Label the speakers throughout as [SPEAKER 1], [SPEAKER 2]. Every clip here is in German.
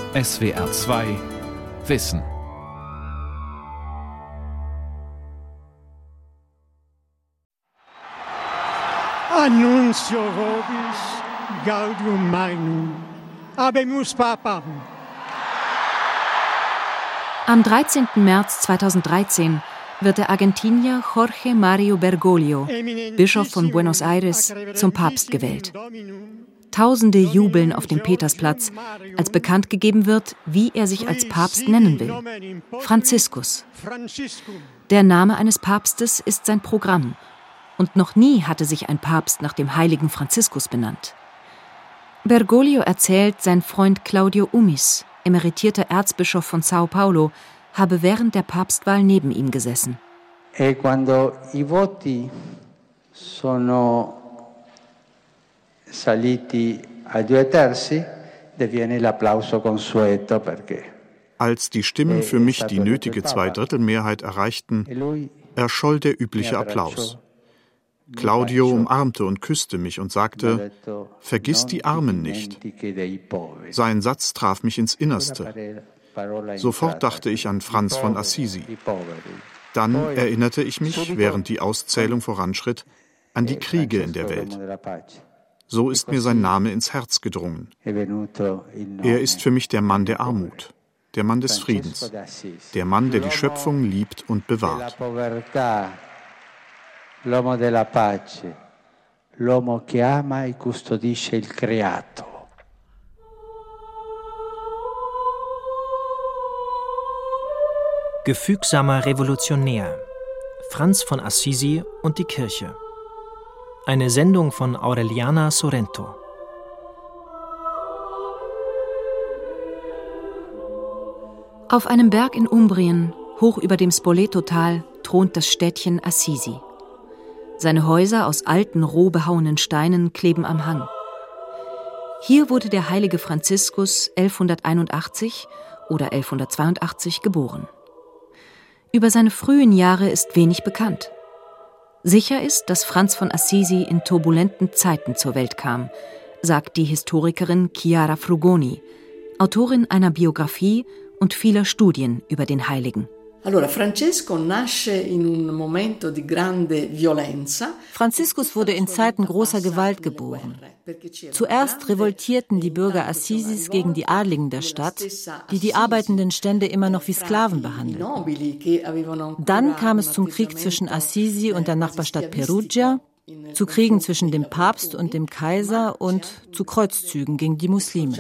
[SPEAKER 1] SWR 2 Wissen.
[SPEAKER 2] Annuncio vobis gaudium magnum. Habemus papam.
[SPEAKER 3] Am 13. März 2013 wird der Argentinier Jorge Mario Bergoglio, Bischof von Buenos Aires, zum Papst gewählt. Tausende jubeln auf dem Petersplatz, als bekannt gegeben wird, wie er sich als Papst nennen will: Franziskus. Der Name eines Papstes ist sein Programm. Und noch nie hatte sich ein Papst nach dem heiligen Franziskus benannt. Bergoglio erzählt, sein Freund Claudio Umis, emeritierter Erzbischof von Sao Paulo, habe während der Papstwahl neben ihm gesessen.
[SPEAKER 4] Quando I voti sono saliti a 2/3, viene l'applauso consueto perché.
[SPEAKER 5] Als die Stimmen für mich die nötige Zweidrittelmehrheit erreichten, erscholl der übliche Applaus. Claudio umarmte und küsste mich und sagte: Vergiss die Armen nicht. Sein Satz traf mich ins Innerste. Sofort dachte ich an Franz von Assisi. Dann erinnerte ich mich, während die Auszählung voranschritt, an die Kriege in der Welt. So ist mir sein Name ins Herz gedrungen. Er ist für mich der Mann der Armut, der Mann des Friedens, der Mann, der die Schöpfung liebt und bewahrt.
[SPEAKER 4] L'uomo della pace, l'uomo che ama e custodisce il creato.
[SPEAKER 6] Gefügsamer Revolutionär. Franz von Assisi und die Kirche. Eine Sendung von Aureliana Sorrento.
[SPEAKER 3] Auf einem Berg in Umbrien, hoch über dem Spoleto-Tal, thront das Städtchen Assisi. Seine Häuser aus alten, roh behauenen Steinen kleben am Hang. Hier wurde der heilige Franziskus 1181 oder 1182 geboren. Über seine frühen Jahre ist wenig bekannt. Sicher ist, dass Franz von Assisi in turbulenten Zeiten zur Welt kam, sagt die Historikerin Chiara Frugoni, Autorin einer Biografie und vieler Studien über den Heiligen.
[SPEAKER 7] Franziskus wurde in Zeiten großer Gewalt geboren. Zuerst revoltierten die Bürger Assisis gegen die Adligen der Stadt, die die arbeitenden Stände immer noch wie Sklaven behandelten. Dann kam es zum Krieg zwischen Assisi und der Nachbarstadt Perugia, zu Kriegen zwischen dem Papst und dem Kaiser und zu Kreuzzügen gegen die Muslime.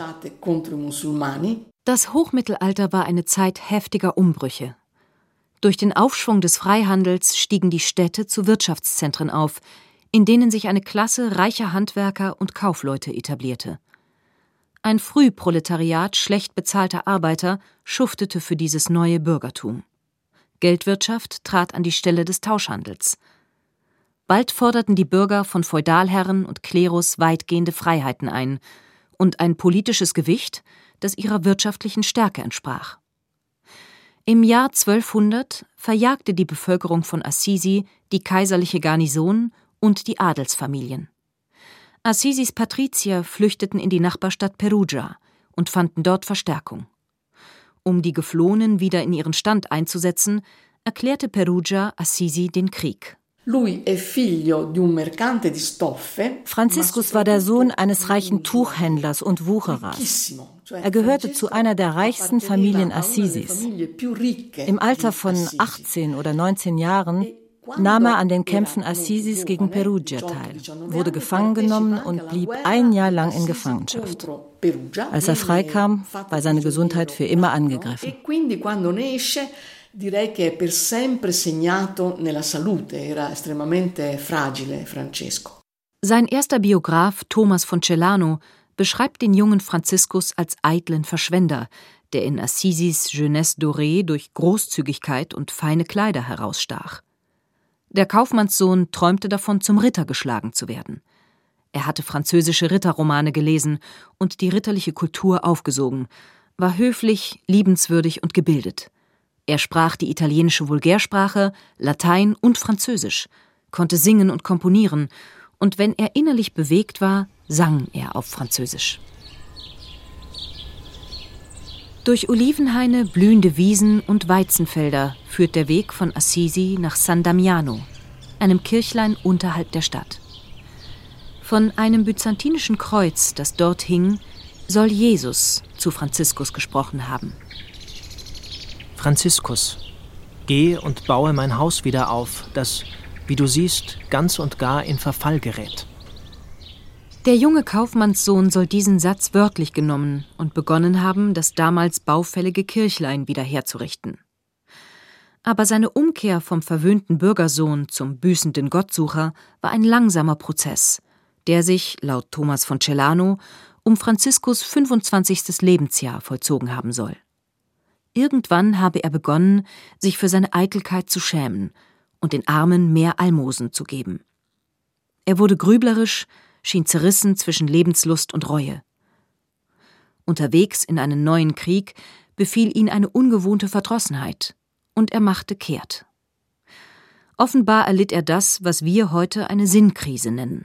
[SPEAKER 3] Das Hochmittelalter war eine Zeit heftiger Umbrüche. Durch den Aufschwung des Freihandels stiegen die Städte zu Wirtschaftszentren auf, in denen sich eine Klasse reicher Handwerker und Kaufleute etablierte. Ein Frühproletariat schlecht bezahlter Arbeiter schuftete für dieses neue Bürgertum. Geldwirtschaft trat an die Stelle des Tauschhandels. Bald forderten die Bürger von Feudalherren und Klerus weitgehende Freiheiten ein und ein politisches Gewicht, das ihrer wirtschaftlichen Stärke entsprach. Im Jahr 1200 verjagte die Bevölkerung von Assisi die kaiserliche Garnison und die Adelsfamilien. Assisis Patrizier flüchteten in die Nachbarstadt Perugia und fanden dort Verstärkung. Um die Geflohenen wieder in ihren Stand einzusetzen, erklärte Perugia Assisi den Krieg.
[SPEAKER 7] Franziskus war der Sohn eines reichen Tuchhändlers und Wucherers. Er gehörte zu einer der reichsten Familien Assisis. Im Alter von 18 oder 19 Jahren nahm er an den Kämpfen Assisis gegen Perugia teil, wurde gefangen genommen und blieb ein Jahr lang in Gefangenschaft. Als er freikam, war seine Gesundheit für immer angegriffen.
[SPEAKER 8] Direi che è per sempre segnato nella salute, era estremamente fragile Francesco.
[SPEAKER 3] Sein erster Biograf Thomas von Celano beschreibt den jungen Franziskus als eitlen Verschwender, der in Assisis Jeunesse dorée durch Großzügigkeit und feine Kleider herausstach. Der Kaufmannssohn träumte davon, zum Ritter geschlagen zu werden. Er hatte französische Ritterromane gelesen und die ritterliche Kultur aufgesogen, war höflich, liebenswürdig und gebildet. Er sprach die italienische Vulgärsprache, Latein und Französisch, konnte singen und komponieren, und wenn er innerlich bewegt war, sang er auf Französisch. Durch Olivenhaine, blühende Wiesen und Weizenfelder führt der Weg von Assisi nach San Damiano, einem Kirchlein unterhalb der Stadt. Von einem byzantinischen Kreuz, das dort hing, soll Jesus zu Franziskus gesprochen haben.
[SPEAKER 6] Franziskus, geh und baue mein Haus wieder auf, das, wie du siehst, ganz und gar in Verfall gerät.
[SPEAKER 3] Der junge Kaufmannssohn soll diesen Satz wörtlich genommen und begonnen haben, das damals baufällige Kirchlein wieder herzurichten. Aber seine Umkehr vom verwöhnten Bürgersohn zum büßenden Gottsucher war ein langsamer Prozess, der sich, laut Thomas von Celano, um Franziskus 25. Lebensjahr vollzogen haben soll. Irgendwann habe er begonnen, sich für seine Eitelkeit zu schämen und den Armen mehr Almosen zu geben. Er wurde grüblerisch, schien zerrissen zwischen Lebenslust und Reue. Unterwegs in einen neuen Krieg befiel ihn eine ungewohnte Verdrossenheit, und er machte kehrt. Offenbar erlitt er das, was wir heute eine Sinnkrise nennen.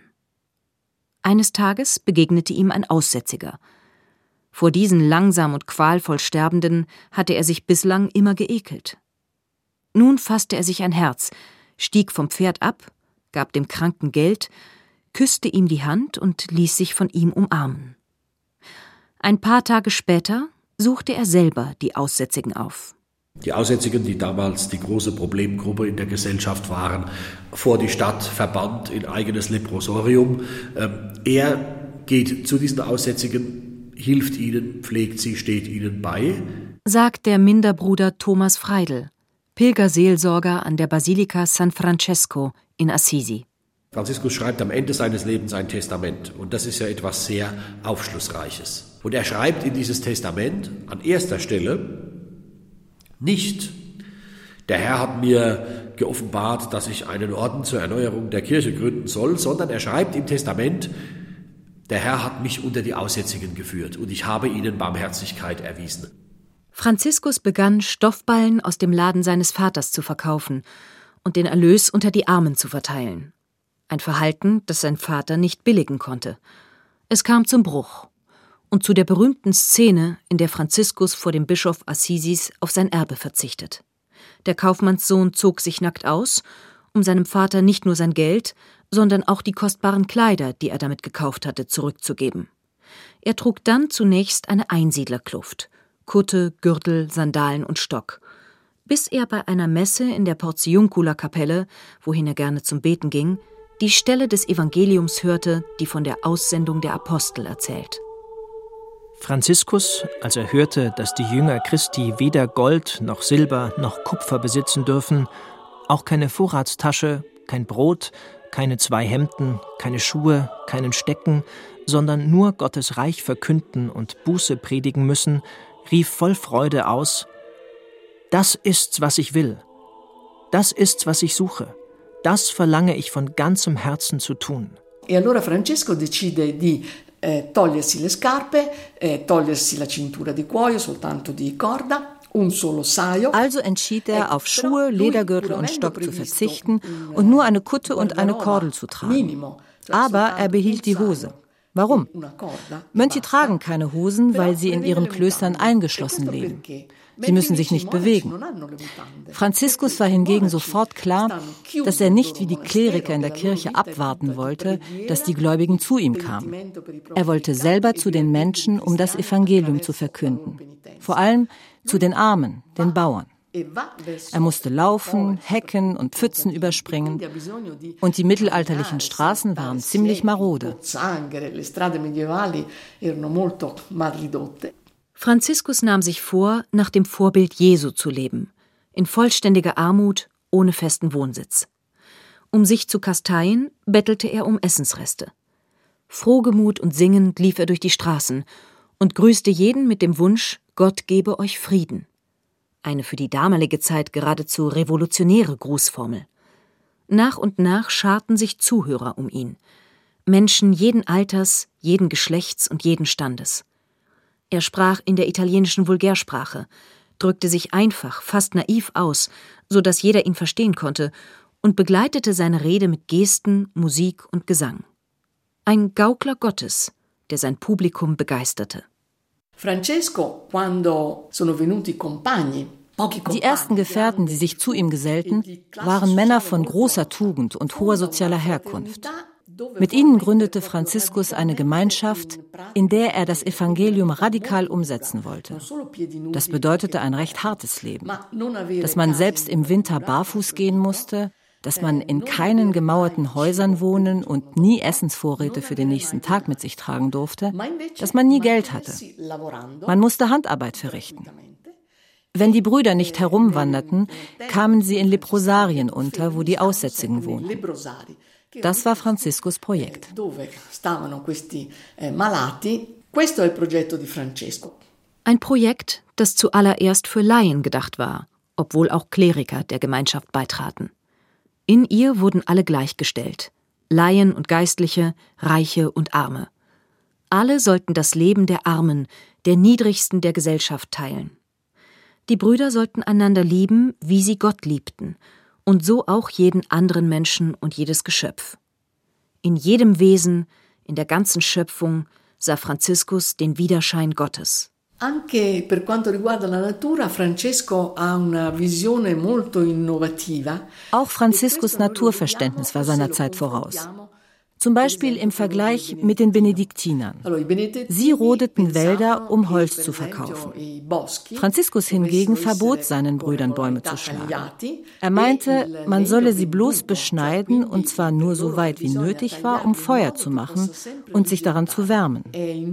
[SPEAKER 3] Eines Tages begegnete ihm ein Aussätziger. Vor diesen langsam und qualvoll Sterbenden hatte er sich bislang immer geekelt. Nun fasste er sich ein Herz, stieg vom Pferd ab, gab dem Kranken Geld, küsste ihm die Hand und ließ sich von ihm umarmen. Ein paar Tage später suchte er selber die Aussätzigen auf.
[SPEAKER 9] Die Aussätzigen, die damals die große Problemgruppe in der Gesellschaft waren, vor die Stadt verbannt in eigenes Leprosorium. Er geht zu diesen Aussätzigen, hilft ihnen, pflegt sie, steht ihnen bei,
[SPEAKER 3] sagt der Minderbruder Thomas Freidl, Pilgerseelsorger an der Basilika San Francesco in Assisi.
[SPEAKER 9] Franziskus schreibt am Ende seines Lebens ein Testament, und das ist ja etwas sehr Aufschlussreiches. Und er schreibt in dieses Testament an erster Stelle nicht: Der Herr hat mir geoffenbart, dass ich einen Orden zur Erneuerung der Kirche gründen soll, sondern er schreibt im Testament: Der Herr hat mich unter die Aussätzigen geführt und ich habe ihnen Barmherzigkeit erwiesen.
[SPEAKER 3] Franziskus begann, Stoffballen aus dem Laden seines Vaters zu verkaufen und den Erlös unter die Armen zu verteilen. Ein Verhalten, das sein Vater nicht billigen konnte. Es kam zum Bruch und zu der berühmten Szene, in der Franziskus vor dem Bischof Assisis auf sein Erbe verzichtet. Der Kaufmannssohn zog sich nackt aus, um seinem Vater nicht nur sein Geld, sondern auch die kostbaren Kleider, die er damit gekauft hatte, zurückzugeben. Er trug dann zunächst eine Einsiedlerkluft: Kutte, Gürtel, Sandalen und Stock, bis er bei einer Messe in der Portiuncula-Kapelle, wohin er gerne zum Beten ging, die Stelle des Evangeliums hörte, die von der Aussendung der Apostel erzählt.
[SPEAKER 6] Franziskus, als er hörte, dass die Jünger Christi weder Gold noch Silber noch Kupfer besitzen dürfen, auch keine Vorratstasche, kein Brot, keine 2 Hemden, keine Schuhe, keinen Stecken, sondern nur Gottes Reich verkünden und Buße predigen müssen, rief voll Freude aus: Das ist's, was ich will. Das ist's, was ich suche. Das verlange ich von ganzem Herzen zu tun.
[SPEAKER 8] E allora Francesco decide di togliersi le scarpe, togliersi la cintura di cuoio, soltanto di corda, un solo saio.
[SPEAKER 7] Also entschied er, auf Schuhe, Ledergürtel und Stock zu verzichten und nur eine Kutte und eine Kordel zu tragen. Aber er behielt die Hose. Warum? Mönche tragen keine Hosen, weil sie in ihren Klöstern eingeschlossen leben. Sie müssen sich nicht bewegen. Franziskus war hingegen sofort klar, dass er nicht wie die Kleriker in der Kirche abwarten wollte, dass die Gläubigen zu ihm kamen. Er wollte selber zu den Menschen, um das Evangelium zu verkünden. Vor allem zu den Armen, den Bauern. Er musste laufen, Hecken und Pfützen überspringen, und die mittelalterlichen Straßen waren ziemlich marode.
[SPEAKER 3] Franziskus nahm sich vor, nach dem Vorbild Jesu zu leben, in vollständiger Armut, ohne festen Wohnsitz. Um sich zu kasteien, bettelte er um Essensreste. Frohgemut und singend lief er durch die Straßen und grüßte jeden mit dem Wunsch: Gott gebe euch Frieden. Eine für die damalige Zeit geradezu revolutionäre Grußformel. Nach und nach scharten sich Zuhörer um ihn. Menschen jeden Alters, jeden Geschlechts und jeden Standes. Er sprach in der italienischen Vulgärsprache, drückte sich einfach, fast naiv aus, so dass jeder ihn verstehen konnte, und begleitete seine Rede mit Gesten, Musik und Gesang. Ein Gaukler Gottes, der sein Publikum begeisterte.
[SPEAKER 7] Die ersten Gefährten, die sich zu ihm gesellten, waren Männer von großer Tugend und hoher sozialer Herkunft. Mit ihnen gründete Franziskus eine Gemeinschaft, in der er das Evangelium radikal umsetzen wollte. Das bedeutete ein recht hartes Leben, dass man selbst im Winter barfuß gehen musste, dass man in keinen gemauerten Häusern wohnen und nie Essensvorräte für den nächsten Tag mit sich tragen durfte, dass man nie Geld hatte. Man musste Handarbeit verrichten. Wenn die Brüder nicht herumwanderten, kamen sie in Leprosarien unter, wo die Aussätzigen wohnten. Das war Franziskus Projekt.
[SPEAKER 3] Ein Projekt, das zuallererst für Laien gedacht war, obwohl auch Kleriker der Gemeinschaft beitraten. In ihr wurden alle gleichgestellt, Laien und Geistliche, Reiche und Arme. Alle sollten das Leben der Armen, der Niedrigsten der Gesellschaft teilen. Die Brüder sollten einander lieben, wie sie Gott liebten, und so auch jeden anderen Menschen und jedes Geschöpf. In jedem Wesen, in der ganzen Schöpfung sah Franziskus den Widerschein Gottes.
[SPEAKER 8] Anche per quanto riguarda la natura, Francesco ha una visione molto innovativa.
[SPEAKER 7] Auch Franziskus Naturverständnis war seiner Zeit voraus. Zum Beispiel im Vergleich mit den Benediktinern. Sie rodeten Wälder, um Holz zu verkaufen. Franziskus hingegen verbot seinen Brüdern, Bäume zu schlagen. Er meinte, man solle sie bloß beschneiden, und zwar nur so weit wie nötig war, um Feuer zu machen und sich daran zu wärmen.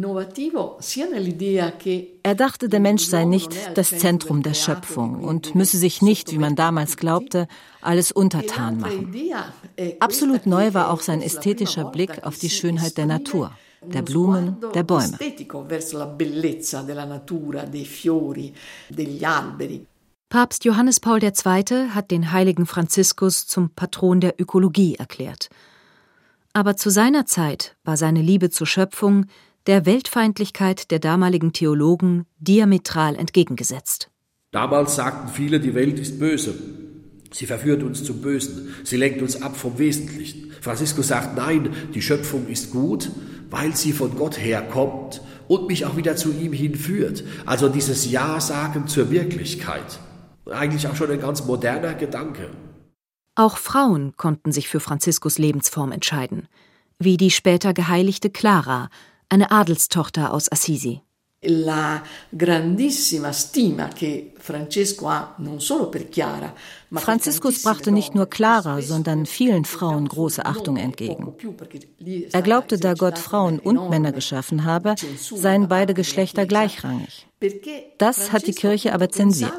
[SPEAKER 7] Er dachte, der Mensch sei nicht das Zentrum der Schöpfung und müsse sich nicht, wie man damals glaubte, alles untertan machen. Absolut neu war auch sein ästhetischer Blick auf die Schönheit der Natur, der Blumen, der Bäume.
[SPEAKER 3] Papst Johannes Paul II. Hat den heiligen Franziskus zum Patron der Ökologie erklärt. Aber zu seiner Zeit war seine Liebe zur Schöpfung der Weltfeindlichkeit der damaligen Theologen diametral entgegengesetzt.
[SPEAKER 9] Damals sagten viele, die Welt ist böse. Sie verführt uns zum Bösen. Sie lenkt uns ab vom Wesentlichen. Franziskus sagt, nein, die Schöpfung ist gut, weil sie von Gott herkommt und mich auch wieder zu ihm hinführt. Also dieses Ja-Sagen zur Wirklichkeit. Eigentlich auch schon ein ganz moderner Gedanke.
[SPEAKER 3] Auch Frauen konnten sich für Franziskus Lebensform entscheiden, wie die später geheiligte Clara, eine Adelstochter aus Assisi.
[SPEAKER 7] Franziskus brachte nicht nur Clara, sondern vielen Frauen große Achtung entgegen. Er glaubte, da Gott Frauen und Männer geschaffen habe, seien beide Geschlechter gleichrangig. Das hat die Kirche aber zensiert.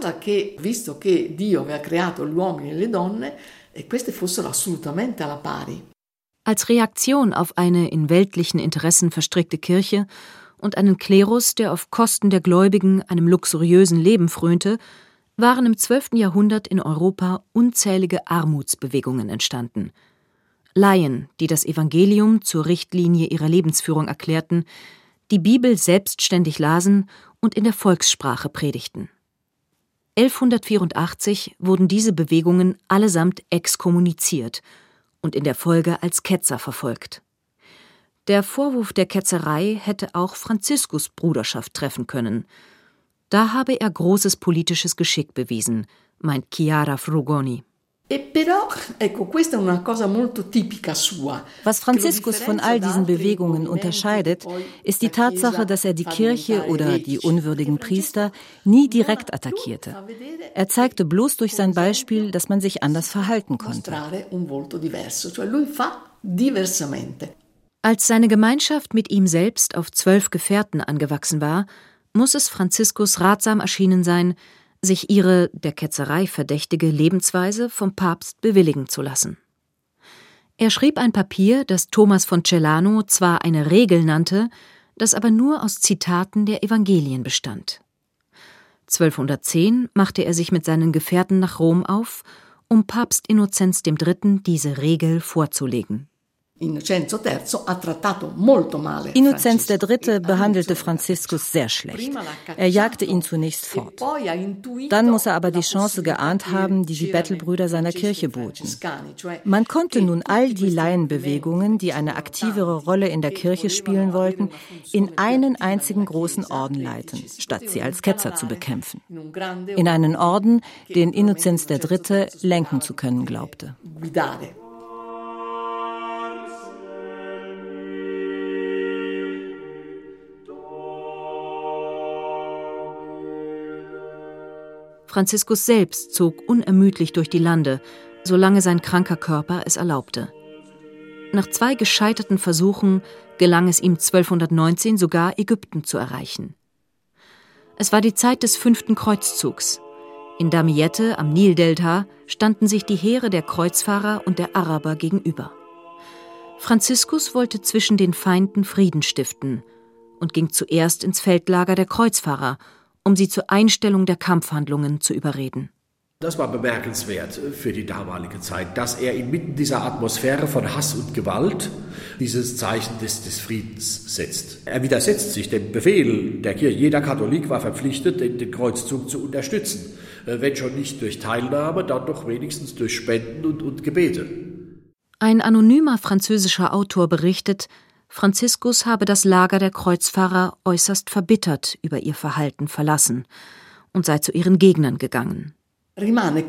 [SPEAKER 3] Als Reaktion auf eine in weltlichen Interessen verstrickte Kirche und einen Klerus, der auf Kosten der Gläubigen einem luxuriösen Leben frönte, waren im 12. Jahrhundert in Europa unzählige Armutsbewegungen entstanden. Laien, die das Evangelium zur Richtlinie ihrer Lebensführung erklärten, die Bibel selbstständig lasen und in der Volkssprache predigten. 1184 wurden diese Bewegungen allesamt exkommuniziert und in der Folge als Ketzer verfolgt. Der Vorwurf der Ketzerei hätte auch Franziskus Bruderschaft treffen können. Da habe er großes politisches Geschick bewiesen, meint Chiara Frugoni.
[SPEAKER 7] Was Franziskus von all diesen Bewegungen unterscheidet, ist die Tatsache, dass er die Kirche oder die unwürdigen Priester nie direkt attackierte. Er zeigte bloß durch sein Beispiel, dass man sich anders verhalten konnte.
[SPEAKER 3] Als seine Gemeinschaft mit ihm selbst auf 12 Gefährten angewachsen war, muss es Franziskus ratsam erschienen sein, sich ihre der Ketzerei verdächtige Lebensweise vom Papst bewilligen zu lassen. Er schrieb ein Papier, das Thomas von Celano zwar eine Regel nannte, das aber nur aus Zitaten der Evangelien bestand. 1210 machte er sich mit seinen Gefährten nach Rom auf, um Papst Innozenz III. Diese Regel vorzulegen.
[SPEAKER 7] Innozenz III. Behandelte Franziskus sehr schlecht. Er jagte ihn zunächst fort. Dann muss er aber die Chance geahnt haben, die Bettelbrüder seiner Kirche boten. Man konnte nun all die Laienbewegungen, die eine aktivere Rolle in der Kirche spielen wollten, in einen einzigen großen Orden leiten, statt sie als Ketzer zu bekämpfen. In einen Orden, den Innozenz III. Lenken zu können glaubte.
[SPEAKER 3] Franziskus selbst zog unermüdlich durch die Lande, solange sein kranker Körper es erlaubte. Nach 2 gescheiterten Versuchen gelang es ihm 1219 sogar, Ägypten zu erreichen. Es war die Zeit des 5. Kreuzzugs. In Damiette am Nildelta standen sich die Heere der Kreuzfahrer und der Araber gegenüber. Franziskus wollte zwischen den Feinden Frieden stiften und ging zuerst ins Feldlager der Kreuzfahrer, um sie zur Einstellung der Kampfhandlungen zu überreden.
[SPEAKER 9] Das war bemerkenswert für die damalige Zeit, dass er inmitten dieser Atmosphäre von Hass und Gewalt dieses Zeichen des Friedens setzt. Er widersetzt sich dem Befehl der Kirche. Jeder Katholik war verpflichtet, den Kreuzzug zu unterstützen. Wenn schon nicht durch Teilnahme, dann doch wenigstens durch Spenden und Gebete.
[SPEAKER 3] Ein anonymer französischer Autor berichtet, Franziskus habe das Lager der Kreuzfahrer äußerst verbittert über ihr Verhalten verlassen und sei zu ihren Gegnern gegangen.
[SPEAKER 7] Er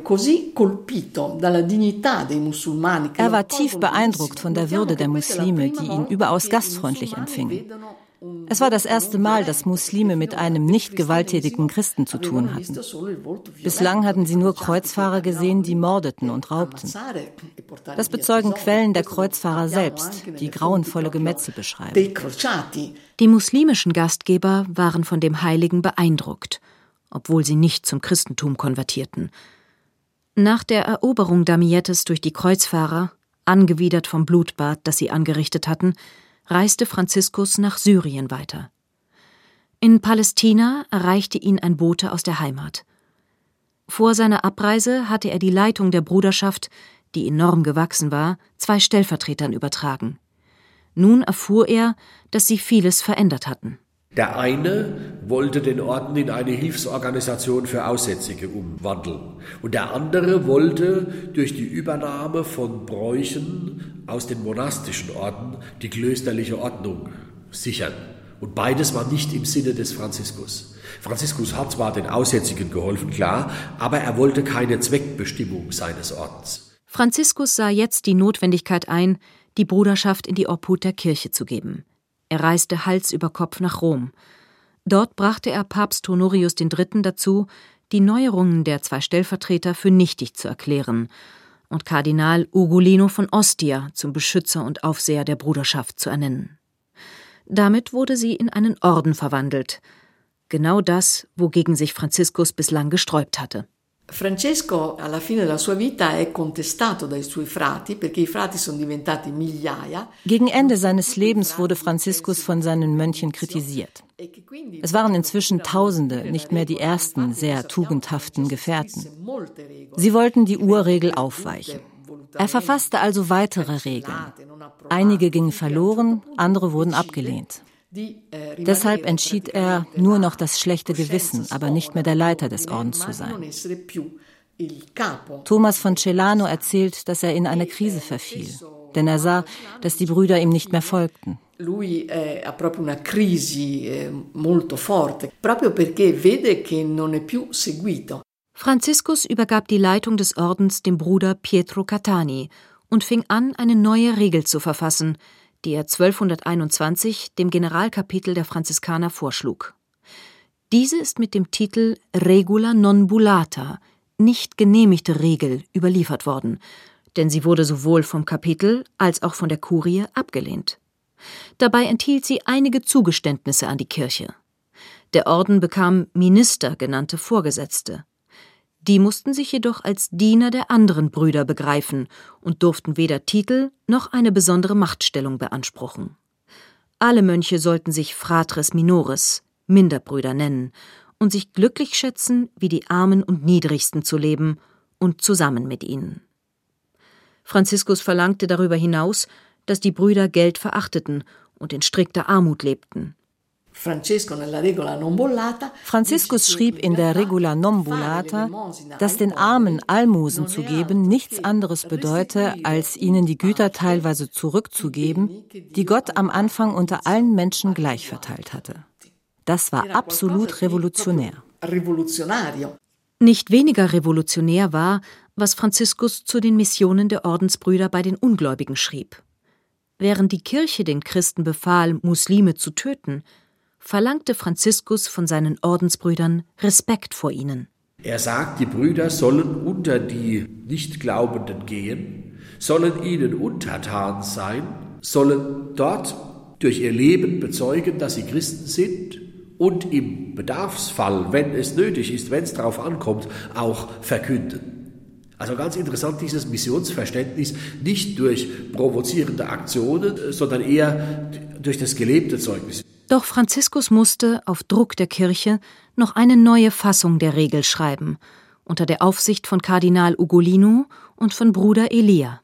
[SPEAKER 7] war tief beeindruckt von der Würde der Muslime, die ihn überaus gastfreundlich empfingen. Es war das erste Mal, dass Muslime mit einem nicht gewalttätigen Christen zu tun hatten. Bislang hatten sie nur Kreuzfahrer gesehen, die mordeten und raubten. Das bezeugen Quellen der Kreuzfahrer selbst, die grauenvolle Gemetzel beschreiben.
[SPEAKER 3] Die muslimischen Gastgeber waren von dem Heiligen beeindruckt, obwohl sie nicht zum Christentum konvertierten. Nach der Eroberung Damiettes durch die Kreuzfahrer, angewidert vom Blutbad, das sie angerichtet hatten, reiste Franziskus nach Syrien weiter. In Palästina erreichte ihn ein Bote aus der Heimat. Vor seiner Abreise hatte er die Leitung der Bruderschaft, die enorm gewachsen war, 2 Stellvertretern übertragen. Nun erfuhr er, dass sie vieles verändert hatten.
[SPEAKER 9] Der eine wollte den Orden in eine Hilfsorganisation für Aussätzige umwandeln und der andere wollte durch die Übernahme von Bräuchen aus den monastischen Orden die klösterliche Ordnung sichern. Und beides war nicht im Sinne des Franziskus. Franziskus hat zwar den Aussätzigen geholfen, klar, aber er wollte keine Zweckbestimmung seines Ordens.
[SPEAKER 3] Franziskus sah jetzt die Notwendigkeit ein, die Bruderschaft in die Obhut der Kirche zu geben. Er reiste Hals über Kopf nach Rom. Dort brachte er Papst Honorius III. Dazu, die Neuerungen der 2 Stellvertreter für nichtig zu erklären und Kardinal Ugolino von Ostia zum Beschützer und Aufseher der Bruderschaft zu ernennen. Damit wurde sie in einen Orden verwandelt. Genau das, wogegen sich Franziskus bislang gesträubt hatte.
[SPEAKER 7] Francesco alla fine della sua vita è contestato dai suoi frati, perché I frati sono diventati migliaia. Gegen Ende seines Lebens wurde Franziskus von seinen Mönchen kritisiert. Es waren inzwischen Tausende, nicht mehr die ersten sehr tugendhaften Gefährten. Sie wollten die Urregel aufweichen. Er verfasste also weitere Regeln. Einige gingen verloren, andere wurden abgelehnt. Deshalb entschied er, nur noch das schlechte Gewissen, aber nicht mehr der Leiter des Ordens zu sein. Thomas von Celano erzählt, dass er in eine Krise verfiel, denn er sah, dass die Brüder ihm nicht mehr folgten. Lui ha proprio una crisi molto forte, proprio perché vede che non è più seguito.
[SPEAKER 3] Franziskus übergab die Leitung des Ordens dem Bruder Pietro Catani und fing an, eine neue Regel zu verfassen, die er 1221 dem Generalkapitel der Franziskaner vorschlug. Diese ist mit dem Titel Regula non bullata, nicht genehmigte Regel, überliefert worden, denn sie wurde sowohl vom Kapitel als auch von der Kurie abgelehnt. Dabei enthielt sie einige Zugeständnisse an die Kirche. Der Orden bekam Minister genannte Vorgesetzte. Die mussten sich jedoch als Diener der anderen Brüder begreifen und durften weder Titel noch eine besondere Machtstellung beanspruchen. Alle Mönche sollten sich Fratres minores, Minderbrüder nennen und sich glücklich schätzen, wie die Armen und Niedrigsten zu leben und zusammen mit ihnen. Franziskus verlangte darüber hinaus, dass die Brüder Geld verachteten und in strikter Armut lebten.
[SPEAKER 7] Franziskus schrieb in der Regula non bullata, dass den Armen Almosen zu geben nichts anderes bedeute, als ihnen die Güter teilweise zurückzugeben, die Gott am Anfang unter allen Menschen gleich verteilt hatte. Das war absolut revolutionär.
[SPEAKER 3] Nicht weniger revolutionär war, was Franziskus zu den Missionen der Ordensbrüder bei den Ungläubigen schrieb. Während die Kirche den Christen befahl, Muslime zu töten, verlangte Franziskus von seinen Ordensbrüdern Respekt vor ihnen.
[SPEAKER 9] Er sagt, die Brüder sollen unter die Nichtglaubenden gehen, sollen ihnen untertan sein, sollen dort durch ihr Leben bezeugen, dass sie Christen sind und im Bedarfsfall, wenn es nötig ist, wenn es darauf ankommt, auch verkünden. Also ganz interessant, dieses Missionsverständnis, nicht durch provozierende Aktionen, sondern eher durch das gelebte Zeugnis.
[SPEAKER 3] Doch Franziskus musste, auf Druck der Kirche, noch eine neue Fassung der Regel schreiben, unter der Aufsicht von Kardinal Ugolino und von Bruder Elia.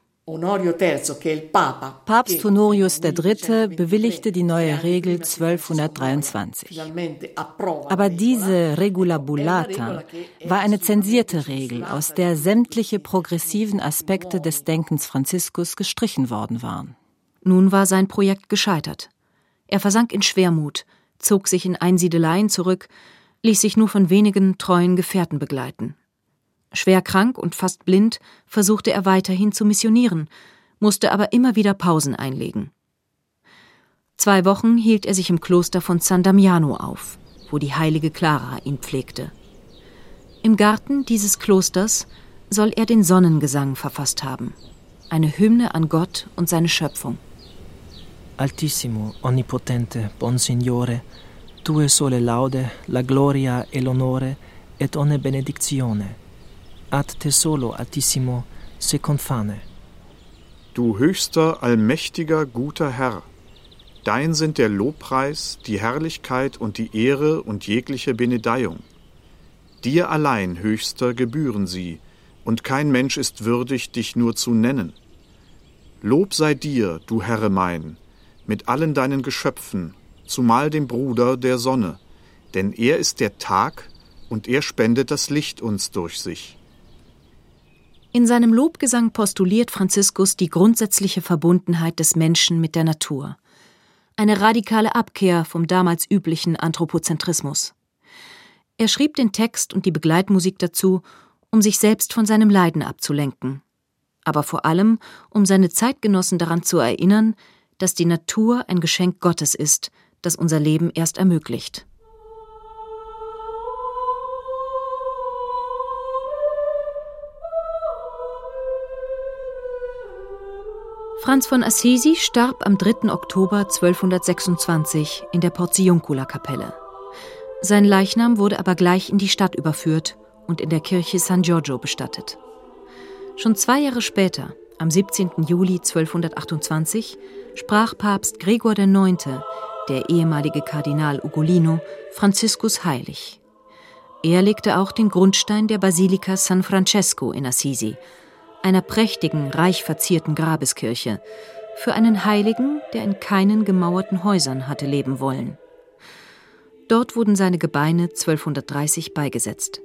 [SPEAKER 7] Papst Honorius III. Bewilligte die neue Regel 1223. Aber diese Regula bullata war eine zensierte Regel, aus der sämtliche progressiven Aspekte des Denkens Franziskus gestrichen worden waren.
[SPEAKER 3] Nun war sein Projekt gescheitert. Er versank in Schwermut, zog sich in Einsiedeleien zurück, ließ sich nur von wenigen treuen Gefährten begleiten. Schwer krank und fast blind versuchte er weiterhin zu missionieren, musste aber immer wieder Pausen einlegen. 2 Wochen hielt er sich im Kloster von San Damiano auf, wo die heilige Clara ihn pflegte. Im Garten dieses Klosters soll er den Sonnengesang verfasst haben, eine Hymne an Gott und seine Schöpfung.
[SPEAKER 6] Altissimo, onnipotente, bon Signore, tue sole laude, la gloria e l'onore et onne benedizione. Ad te solo, Altissimo, se confane.
[SPEAKER 5] Du höchster, allmächtiger, guter Herr, dein sind der Lobpreis, die Herrlichkeit und die Ehre und jegliche Benedeiung. Dir allein, höchster, gebühren sie, und kein Mensch ist würdig, dich nur zu nennen. Lob sei dir, du Herre mein, mit allen deinen Geschöpfen, zumal dem Bruder der Sonne, denn er ist der Tag und er spendet das Licht uns durch sich.
[SPEAKER 3] In seinem Lobgesang postuliert Franziskus die grundsätzliche Verbundenheit des Menschen mit der Natur. Eine radikale Abkehr vom damals üblichen Anthropozentrismus. Er schrieb den Text und die Begleitmusik dazu, um sich selbst von seinem Leiden abzulenken. Aber vor allem, um seine Zeitgenossen daran zu erinnern, dass die Natur ein Geschenk Gottes ist, das unser Leben erst ermöglicht. Franz von Assisi starb am 3. Oktober 1226 in der Porziuncula-Kapelle. Sein Leichnam wurde aber gleich in die Stadt überführt und in der Kirche San Giorgio bestattet. Schon 2 Jahre später, am 17. Juli 1228, sprach Papst Gregor IX., der ehemalige Kardinal Ugolino, Franziskus heilig. Er legte auch den Grundstein der Basilika San Francesco in Assisi, einer prächtigen, reich verzierten Grabeskirche, für einen Heiligen, der in keinen gemauerten Häusern hatte leben wollen. Dort wurden seine Gebeine 1230 beigesetzt.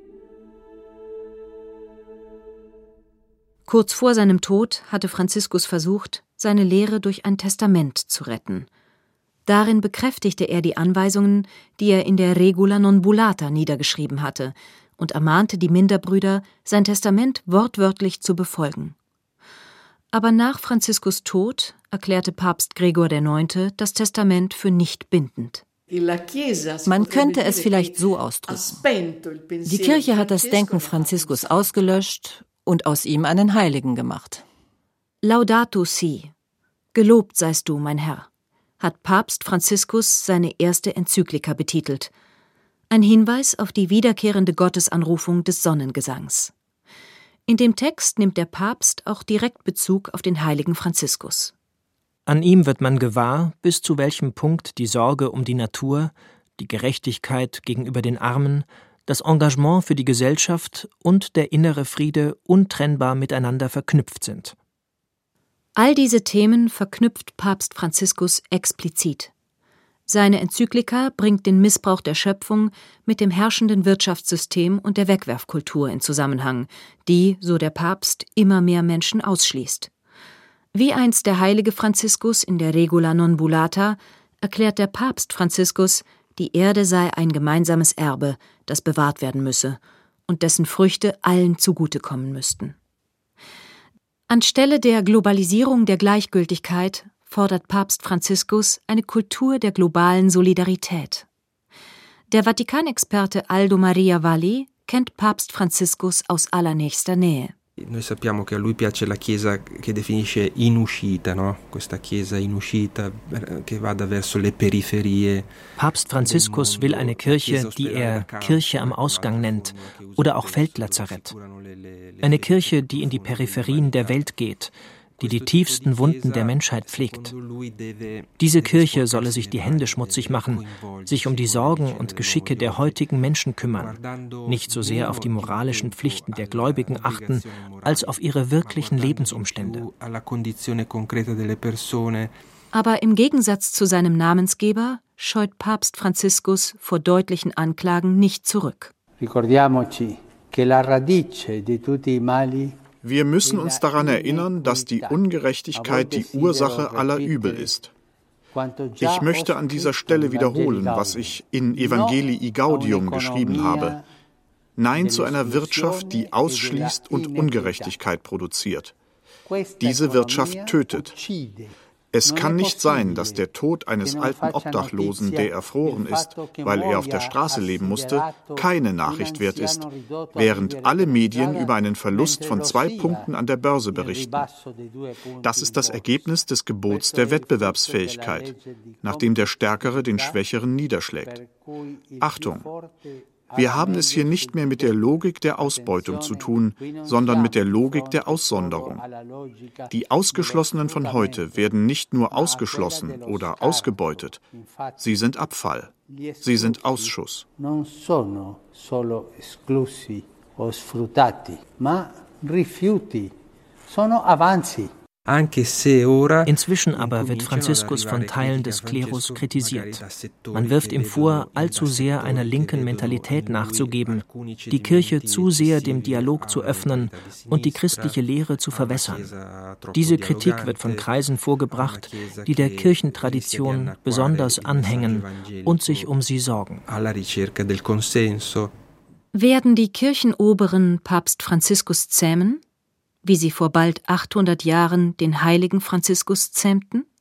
[SPEAKER 3] Kurz vor seinem Tod hatte Franziskus versucht, seine Lehre durch ein Testament zu retten. Darin bekräftigte er die Anweisungen, die er in der Regula non bullata niedergeschrieben hatte, und ermahnte die Minderbrüder, sein Testament wortwörtlich zu befolgen. Aber nach Franziskus Tod erklärte Papst Gregor IX. Das Testament für nicht bindend.
[SPEAKER 7] Man könnte es vielleicht so ausdrücken. Die Kirche hat das Denken Franziskus ausgelöscht und aus ihm einen Heiligen gemacht.
[SPEAKER 3] Laudato si, gelobt seist du, mein Herr, hat Papst Franziskus seine erste Enzyklika betitelt. Ein Hinweis auf die wiederkehrende Gottesanrufung des Sonnengesangs. In dem Text nimmt der Papst auch direkt Bezug auf den heiligen Franziskus.
[SPEAKER 6] An ihm wird man gewahr, bis zu welchem Punkt die Sorge um die Natur, die Gerechtigkeit gegenüber den Armen, das Engagement für die Gesellschaft und der innere Friede untrennbar miteinander verknüpft sind.
[SPEAKER 3] All diese Themen verknüpft Papst Franziskus explizit. Seine Enzyklika bringt den Missbrauch der Schöpfung mit dem herrschenden Wirtschaftssystem und der Wegwerfkultur in Zusammenhang, die, so der Papst, immer mehr Menschen ausschließt. Wie einst der heilige Franziskus in der Regula non bulata erklärt der Papst Franziskus, die Erde sei ein gemeinsames Erbe, das bewahrt werden müsse und dessen Früchte allen zugutekommen müssten. Anstelle der Globalisierung der Gleichgültigkeit fordert Papst Franziskus eine Kultur der globalen Solidarität. Der Vatikanexperte Aldo Maria Valli kennt Papst Franziskus aus allernächster Nähe.
[SPEAKER 10] Noi sappiamo che a lui piace la Chiesa che definisce in uscita, no? Questa Chiesa in uscita che vada verso le periferie.
[SPEAKER 6] Papst Franziskus will eine Kirche, die er Kirche am Ausgang nennt oder auch Feldlazarett. Eine Kirche, die in die Peripherien der Welt geht, die die tiefsten Wunden der Menschheit pflegt. Diese Kirche solle sich die Hände schmutzig machen, sich um die Sorgen und Geschicke der heutigen Menschen kümmern, nicht so sehr auf die moralischen Pflichten der Gläubigen achten, als auf ihre wirklichen Lebensumstände.
[SPEAKER 3] Aber im Gegensatz zu seinem Namensgeber scheut Papst Franziskus vor deutlichen Anklagen nicht zurück.
[SPEAKER 4] Ricordiamoci che la radice di tutti i mali.
[SPEAKER 5] Wir müssen uns daran erinnern, dass die Ungerechtigkeit die Ursache aller Übel ist. Ich möchte an dieser Stelle wiederholen, was ich in Evangelii Gaudium geschrieben habe. Nein zu einer Wirtschaft, die ausschließt und Ungerechtigkeit produziert. Diese Wirtschaft tötet. Es kann nicht sein, dass der Tod eines alten Obdachlosen, der erfroren ist, weil er auf der Straße leben musste, keine Nachricht wert ist, während alle Medien über einen Verlust von 2 Punkten an der Börse berichten. Das ist das Ergebnis des Gebots der Wettbewerbsfähigkeit, nachdem der Stärkere den Schwächeren niederschlägt. Achtung! Wir haben es hier nicht mehr mit der Logik der Ausbeutung zu tun, sondern mit der Logik der Aussonderung. Die Ausgeschlossenen von heute werden nicht nur ausgeschlossen oder ausgebeutet, sie sind Abfall, sie sind Ausschuss.
[SPEAKER 4] Non sono solo esclusi o sfruttati, ma rifiuti, sono avanzi.
[SPEAKER 6] Inzwischen aber wird Franziskus von Teilen des Klerus kritisiert. Man wirft ihm vor, allzu sehr einer linken Mentalität nachzugeben, die Kirche zu sehr dem Dialog zu öffnen und die christliche Lehre zu verwässern. Diese Kritik wird von Kreisen vorgebracht, die der Kirchentradition besonders anhängen und sich um sie sorgen.
[SPEAKER 3] Werden die Kirchenoberen Papst Franziskus zähmen, wie sie vor bald 800 Jahren den heiligen Franziskus zähmten?